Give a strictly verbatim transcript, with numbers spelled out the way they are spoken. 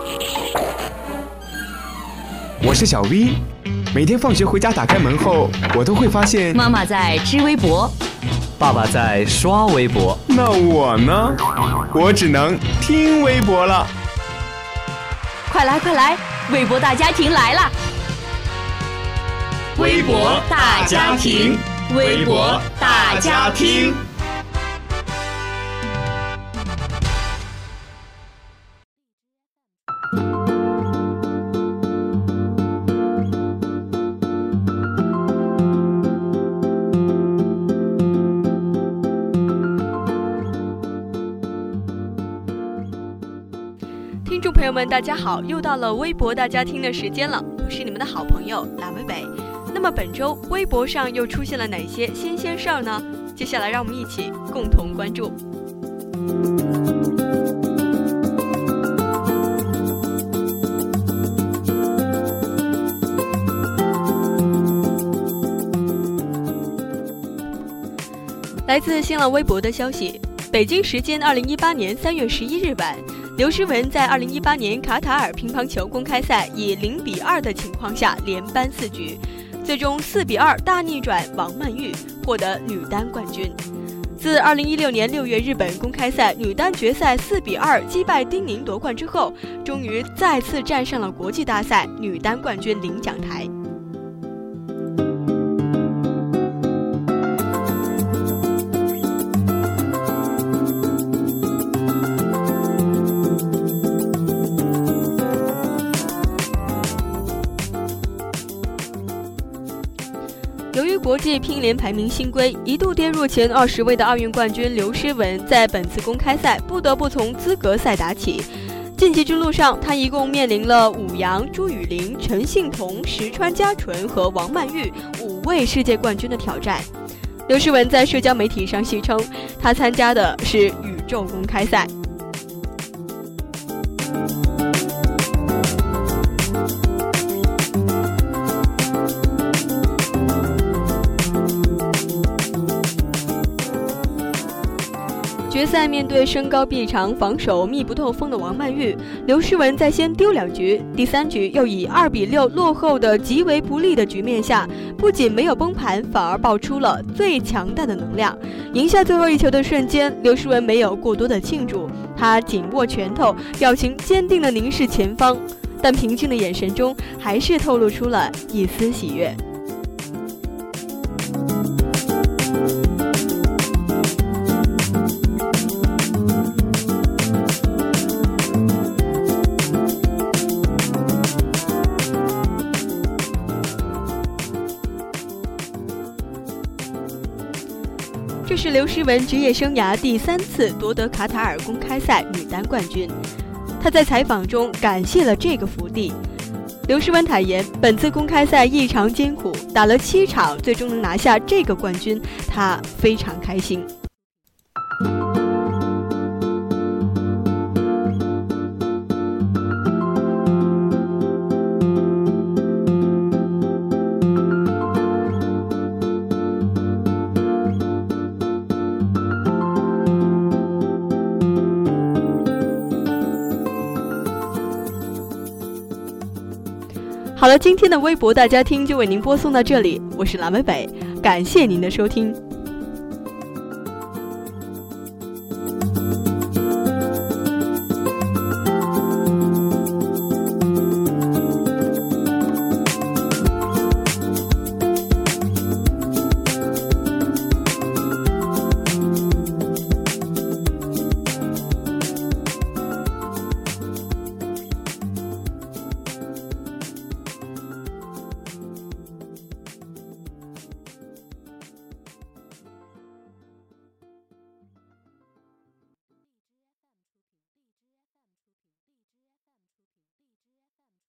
我是小 V， 每天放学回家打开门后，我都会发现妈妈在织微博， 爸爸在刷微博。 那我呢？我只能听微博了。 快来快来，微博大家庭来了！ 微博大家庭，微博大家庭。 听众朋友们大家好，又到了微博大家听的时间了，我是你们的好朋友蓝伟伟。那么本周微博上又出现了哪些新鲜事儿呢？接下来让我们一起共同关注。来自新浪微博的消息，北京时间二零一八年三月十一日晚，刘诗雯在二零一八年卡塔尔乒乓球公开赛以零比二的情况下连扳四局，最终四比二大逆转王曼玉，获得女单冠军。自二零一六年六月日本公开赛女单决赛四比二击败丁宁夺冠之后，终于再次站上了国际大赛女单冠军领奖台。由于国际乒联排名新规，一度跌入前二十位的奥运冠军刘诗雯在本次公开赛不得不从资格赛打起。晋级之路上，她一共面临了武阳、朱雨玲、陈幸同、石川佳纯和王曼玉五位世界冠军的挑战。刘诗雯在社交媒体上戏称，她参加的是宇宙公开赛。决赛面对身高臂长、防守密不透风的王曼玉，刘诗雯在先丢两局，第三局又以二比六落后的极为不利的局面下，不仅没有崩盘，反而爆出了最强大的能量。赢下最后一球的瞬间，刘诗雯没有过多的庆祝，她紧握拳头，表情坚定地凝视前方，但平静的眼神中还是透露出了一丝喜悦。这是刘诗雯职业生涯第三次夺得卡塔尔公开赛女单冠军。她在采访中感谢了这个福地。刘诗雯坦言，本次公开赛异常艰苦，打了七场，最终能拿下这个冠军，她非常开心。好了，今天的微博大家听就为您播送到这里，我是蓝伟北，感谢您的收听。